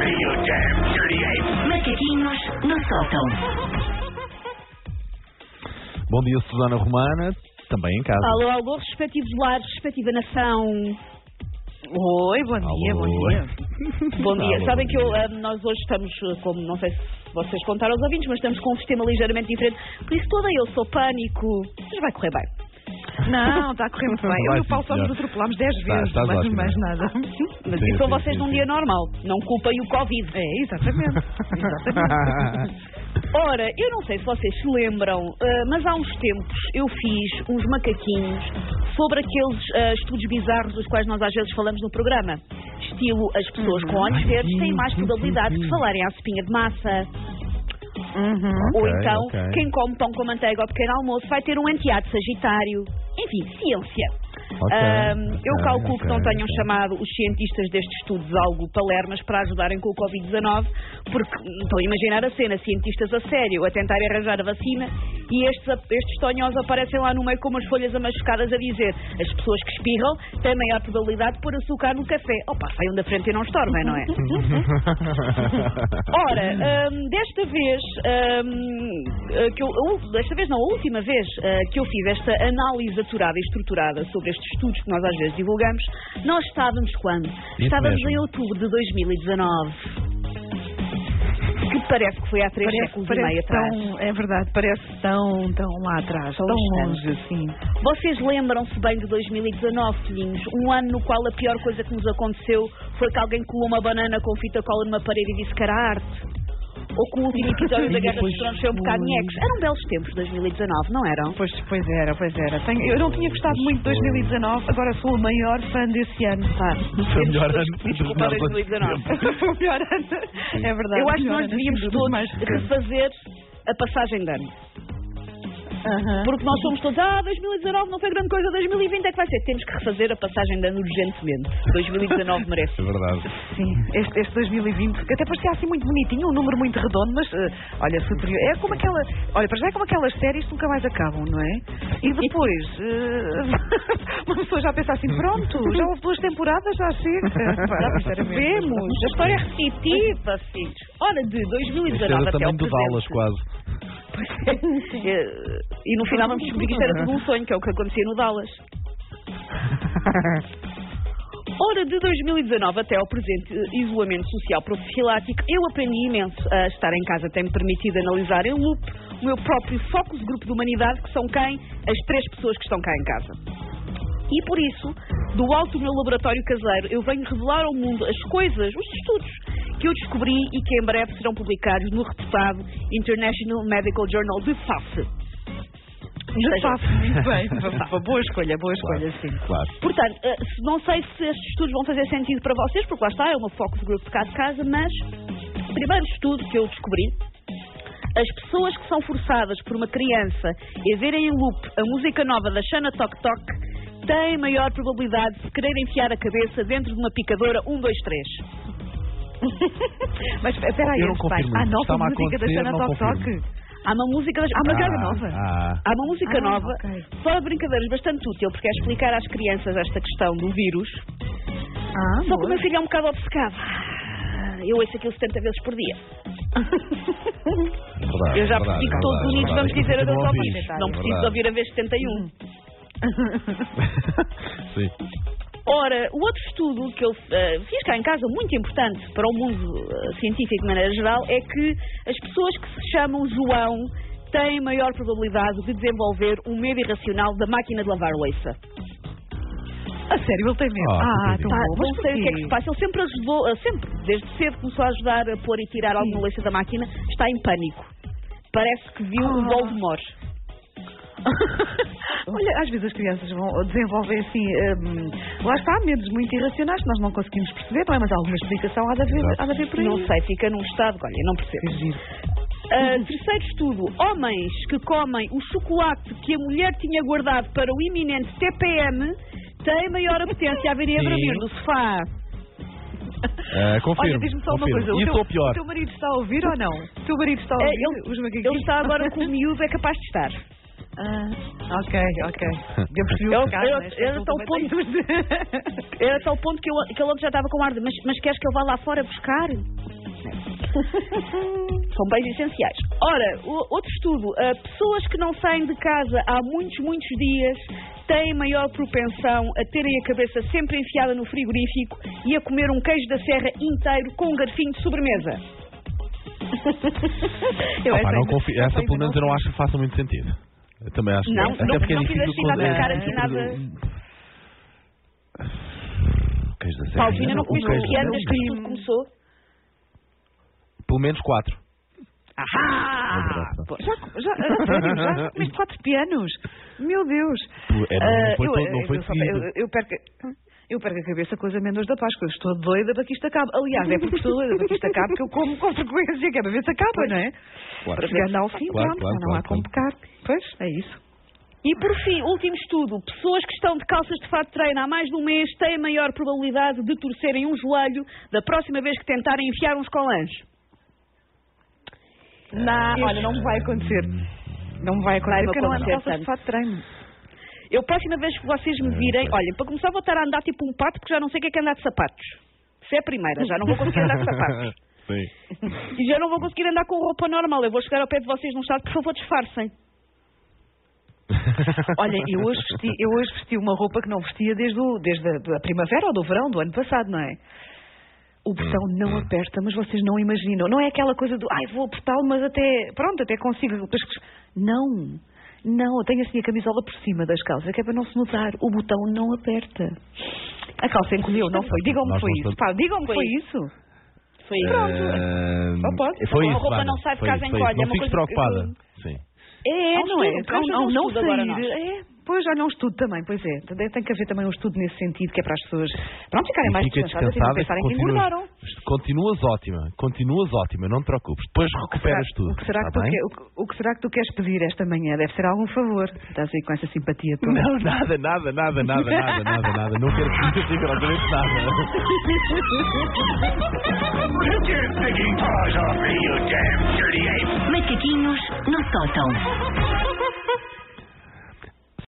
Macaquinhos no sótão. Bom dia, Susana Romana, também em casa. Alô, alô, respectivos lares, respectiva nação. Oi, bom dia, Alô. bom dia. Bom dia. Alô, Sabem bom que dia. nós hoje estamos, como não sei se vocês contaram aos ouvintes, mas estamos com um sistema ligeiramente diferente. Por isso toda eu sou pânico. Mas vai correr bem. Não, está a correr muito bem. Eu Vai, e o Paulo sim, só nos senhor. atropelámos 10 vezes, Estás mas ótima. mais nada. Mas Sim, isso são sim, vocês sim, num sim. dia normal. Não culpem o Covid. É, exatamente. Ora, eu não sei se vocês se lembram, mas há uns tempos eu fiz uns macaquinhos sobre aqueles estudos bizarros dos quais nós às vezes falamos no programa. Estilo, as pessoas com olhos verdes têm mais probabilidade de falarem à sopinha de massa. Ou Ok, então, ok. quem come pão com manteiga ao pequeno almoço vai ter um enteado sagitário. Enfim, ciência. Eu calculo que não tenham chamado os cientistas destes estudos algo palermas para ajudarem com o Covid-19, porque estão a imaginar a cena, cientistas a sério, a tentarem arranjar a vacina, e estes tonhos aparecem lá no meio com umas folhas amachucadas a dizer: as pessoas que espirram têm maior probabilidade de pôr açúcar no café. Opa, saiam da frente e não estormem, não é? Ora, desta vez, desta vez não, a última vez que eu fiz esta análise aturada e estruturada sobre estes estudos que nós às vezes divulgamos, nós estávamos quando? Estávamos mesmo. em outubro de 2019. Que parece que foi há 3 séculos e meio atrás. É verdade, parece tão lá atrás, tão longe assim. Vocês lembram-se bem de 2019, filhinhos? Um ano no qual a pior coisa que nos aconteceu foi que alguém colou uma banana com fita cola numa parede e disse que era arte? Ou que o último episódio da Guerra dos Tronos foi um bocado nhecos? Eram belos tempos, 2019, não eram? Pois era. Eu não tinha gostado muito de 2019, agora sou o maior fã desse ano, sabe? Foi o melhor ano de Desculpa, 2019. Foi o melhor ano, é verdade. Eu acho que melhor nós ano, devíamos sem dúvida, todos mais recente. refazer a passagem de ano. Porque nós somos todos, 2019 não foi grande coisa, 2020 é que vai ser. Temos que refazer a passagem de ano urgentemente. 2019 merece. É verdade. Sim, este 2020, que até parecia assim muito bonitinho, um número muito redondo, mas olha, superior. É como aquela. Olha, para já é como aquelas séries que nunca mais acabam, não é? E depois, uma pessoa já pensa assim: pronto, já houve 2 temporadas, já chega. Vemos, a história é repetitiva, filhos. Ora, de Isto 2019 era até também ao do presente. Dallas, quase. E no final vamos descobrir que isto era tudo um sonho, que é o que acontecia no Dallas. Ora, de 2019 até ao presente isolamento social profilático, eu aprendi imenso. A estar em casa tem-me permitido analisar em loop o meu próprio focus grupo de humanidade, que são quem? As 3 pessoas que estão cá em casa. E por isso, do alto do meu laboratório caseiro, eu venho revelar ao mundo as coisas, os estudos que eu descobri e que em breve serão publicados no reputado International Medical Journal de FAF. Muito bem, boa escolha, sim. Claro. Portanto, não sei se estes estudos vão fazer sentido para vocês, porque lá está, é uma focus group de cá de casa, mas o primeiro estudo que eu descobri: as pessoas que são forçadas por uma criança a verem em loop a música nova da Xana Tok Tok têm maior probabilidade de querer enfiar a cabeça dentro de uma picadora 1, 2, 3. Mas espera aí, Eu não confirmo a isso. nova Está-me a música da acontecer, Xana não Tok confirmo. Tok. Há uma música das... nova. Há uma música nova, ok. fora de brincadeiras, bastante útil, porque é explicar às crianças esta questão do vírus. Só que o meu filho é um bocado obcecado. Eu ouço aquilo 70 vezes por dia. Verdade, Eu já verdade, percebi que todos verdade, unidos vamos verdade. dizer adeus ao Ouvir. vírus. Não É preciso verdade. ouvir a vez 71. Sim. Ora, o outro estudo que eu fiz cá em casa, muito importante para o mundo científico de maneira geral, é que as pessoas que se chamam João têm maior probabilidade de desenvolver um medo irracional da máquina de lavar louça. A sério, ele tem medo. coitadinho. Tão bom. Não sei o que é que se passa. Ele sempre ajudou, sempre, desde cedo começou a ajudar a pôr e tirar alguma louça da máquina. Está em pânico. Parece que viu um Voldemort. Olha, às vezes as crianças vão desenvolver assim, lá está, medos muito irracionais que nós não conseguimos perceber, não é? Mas alguma explicação há de haver por aí. Não sei, fica num estado, olha, não percebo. Terceiro estudo: homens que comem o chocolate que a mulher tinha guardado para o iminente TPM têm maior apetência a virem a dormir no sofá. Confirmo. Olha, diz-me só uma confirmo. coisa. Isso ou pior? O teu marido está a ouvir ou não? O teu marido está a ouvir os macaquinhos? Ele está agora com o miúdo, é capaz de estar. Ok. Eu percebi o caso, né? Era tal ponto que ele ontem já estava com ar de mas queres que eu vá lá fora buscar? São bens essenciais. Ora, outro estudo. Pessoas que não saem de casa há muitos dias têm maior propensão a terem a cabeça sempre enfiada no frigorífico e a comer um queijo da serra inteiro com um garfinho de sobremesa. Essa pelo menos eu não acho que faça muito sentido. Eu também acho não, que até porque não é difícil ficar aqui nada. Queijo da serra. Paulo, ainda não comeste um piano desde que tudo começou? Pelo menos 4. Já comeste 4 pianos? Meu Deus. Eu perco a cabeça com as amêndoas da Páscoa. Eu estou doida para que isto acabe. Aliás, é porque estou doida para que isto acabe que eu como com frequência, que é para ver se acaba, não é? Claro. Para chegar ao fim, não há como pecar. Pois, é isso. E por fim, último estudo. Pessoas que estão de calças de fato de treino há mais de um mês têm maior probabilidade de torcerem um joelho da próxima vez que tentarem enfiar uns colãs. Olha, não vai acontecer. Não vai acontecer porque eu não ando de calças de fato de treino. Eu, próxima vez que vocês me virem... Olha, para começar vou estar a andar tipo um pato porque já não sei o que é andar de sapatos. Isso é a primeira, já não vou conseguir andar de sapatos. Sim. E já não vou conseguir andar com roupa normal. Eu vou chegar ao pé de vocês num estado, por favor, disfarcem. Olha, eu hoje vesti uma roupa que não vestia desde a primavera ou do verão do ano passado, não é? O botão não aperta, mas vocês não imaginam. Não é aquela coisa do, vou apertá-lo, mas até consigo. Não, eu tenho assim a camisola por cima das calças, que é para não se notar. O botão não aperta. A calça encolheu, não foi? Digam-me que foi isso. Pá, digam-me que foi isso. Foi isso. Pronto. Pode. Foi isso, a roupa não sai de casa encolhe. Não fiques preocupada. Sim. Não é? Não sair. Pois, olha, um estudo também, pois é. Tem que haver também um estudo nesse sentido, que é para as pessoas ficarem mais descansadas e não pensarem que engordaram. Continuas ótima, não te preocupes. Depois recuperas tudo. O que será que tu queres pedir esta manhã? Deve ser algum favor. Estás aí com essa simpatia toda. Não, nada. Não quero que fique rigorosamente nada. Macaquinhos no sótão.